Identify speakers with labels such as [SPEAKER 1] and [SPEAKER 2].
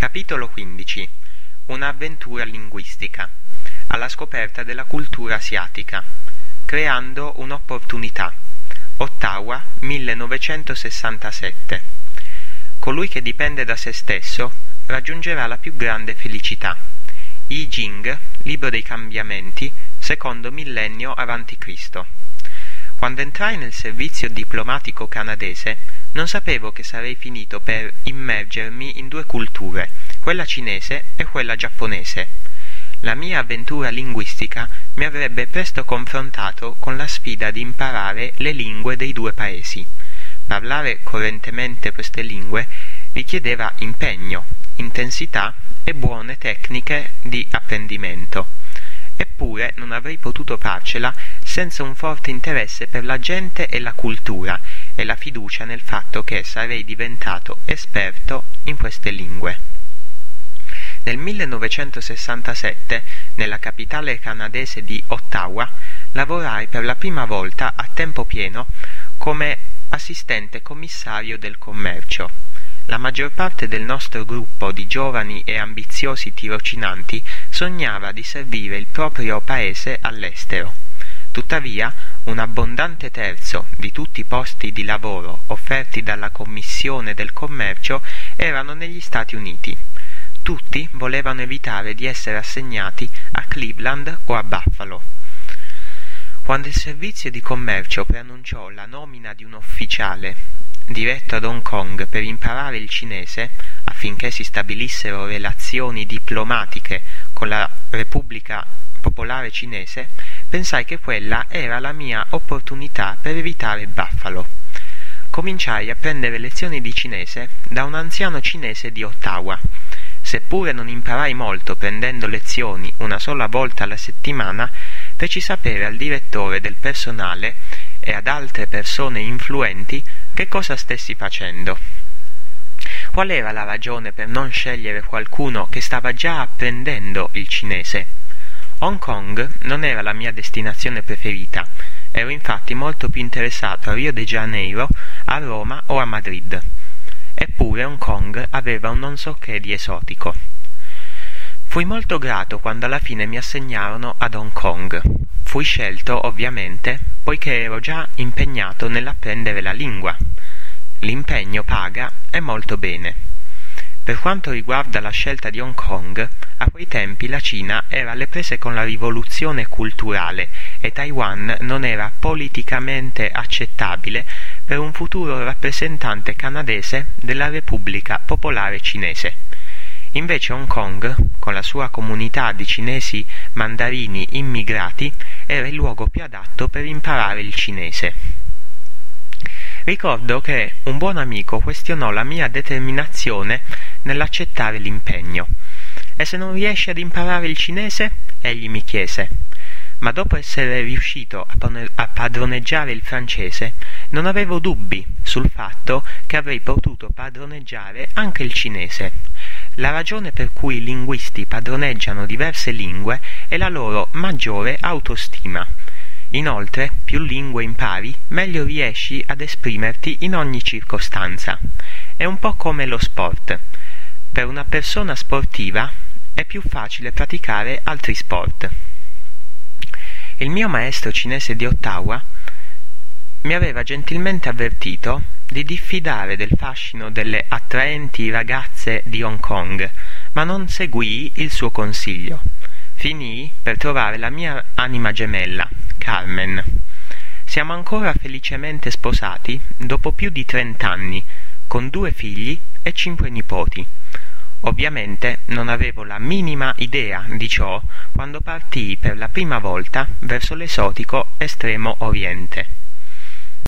[SPEAKER 1] Capitolo 15. Un'avventura linguistica. Alla scoperta della cultura asiatica. Creando un'opportunità. Ottawa, 1967. Colui che dipende da se stesso raggiungerà la più grande felicità. I Ching, Libro dei Cambiamenti, secondo millennio a.C. Quando entrai nel servizio diplomatico canadese, non sapevo che sarei finito per immergermi in due culture, quella cinese e quella giapponese. La mia avventura linguistica mi avrebbe presto confrontato con la sfida di imparare le lingue dei due paesi. Parlare correntemente queste lingue richiedeva impegno, intensità e buone tecniche di apprendimento. Eppure non avrei potuto farcela senza un forte interesse per la gente e la cultura e la fiducia nel fatto che sarei diventato esperto in queste lingue. Nel 1967, nella capitale canadese di Ottawa, lavorai per la prima volta a tempo pieno come assistente commissario del commercio. La maggior parte del nostro gruppo di giovani e ambiziosi tirocinanti sognava di servire il proprio paese all'estero. Tuttavia, un abbondante terzo di tutti i posti di lavoro offerti dalla Commissione del Commercio erano negli Stati Uniti. Tutti volevano evitare di essere assegnati a Cleveland o a Buffalo. Quando il servizio di commercio preannunciò la nomina di un ufficiale diretto ad Hong Kong per imparare il cinese affinché si stabilissero relazioni diplomatiche con la Repubblica Popolare Cinese, pensai che quella era la mia opportunità per evitare Buffalo. Cominciai a prendere lezioni di cinese da un anziano cinese di Ottawa. Seppure non imparai molto prendendo lezioni una sola volta alla settimana, feci sapere al direttore del personale e ad altre persone influenti che cosa stessi facendo. Qual era la ragione per non scegliere qualcuno che stava già apprendendo il cinese? Hong Kong non era la mia destinazione preferita, ero infatti molto più interessato a Rio de Janeiro, a Roma o a Madrid. Eppure Hong Kong aveva un non so che di esotico. Fui molto grato quando alla fine mi assegnarono ad Hong Kong. Fui scelto, ovviamente, poiché ero già impegnato nell'apprendere la lingua. L'impegno paga e molto bene. Per quanto riguarda la scelta di Hong Kong, a quei tempi la Cina era alle prese con la rivoluzione culturale e Taiwan non era politicamente accettabile per un futuro rappresentante canadese della Repubblica Popolare Cinese. Invece Hong Kong, con la sua comunità di cinesi mandarini immigrati, era il luogo più adatto per imparare il cinese. Ricordo che un buon amico questionò la mia determinazione nell'accettare l'impegno. «E se non riesci ad imparare il cinese?» egli mi chiese. Ma dopo essere riuscito a padroneggiare il francese, non avevo dubbi sul fatto che avrei potuto padroneggiare anche il cinese. La ragione per cui i linguisti padroneggiano diverse lingue è la loro maggiore autostima. Inoltre, più lingue impari, meglio riesci ad esprimerti in ogni circostanza. È un po' come lo sport. Per una persona sportiva è più facile praticare altri sport. Il mio maestro cinese di Ottawa mi aveva gentilmente avvertito di diffidare del fascino delle attraenti ragazze di Hong Kong, ma non seguii il suo consiglio. Finii per trovare la mia anima gemella, Carmen. Siamo ancora felicemente sposati dopo più di 30 anni, con 2 figli e 5 nipoti. Ovviamente non avevo la minima idea di ciò quando partii per la prima volta verso l'esotico Estremo Oriente.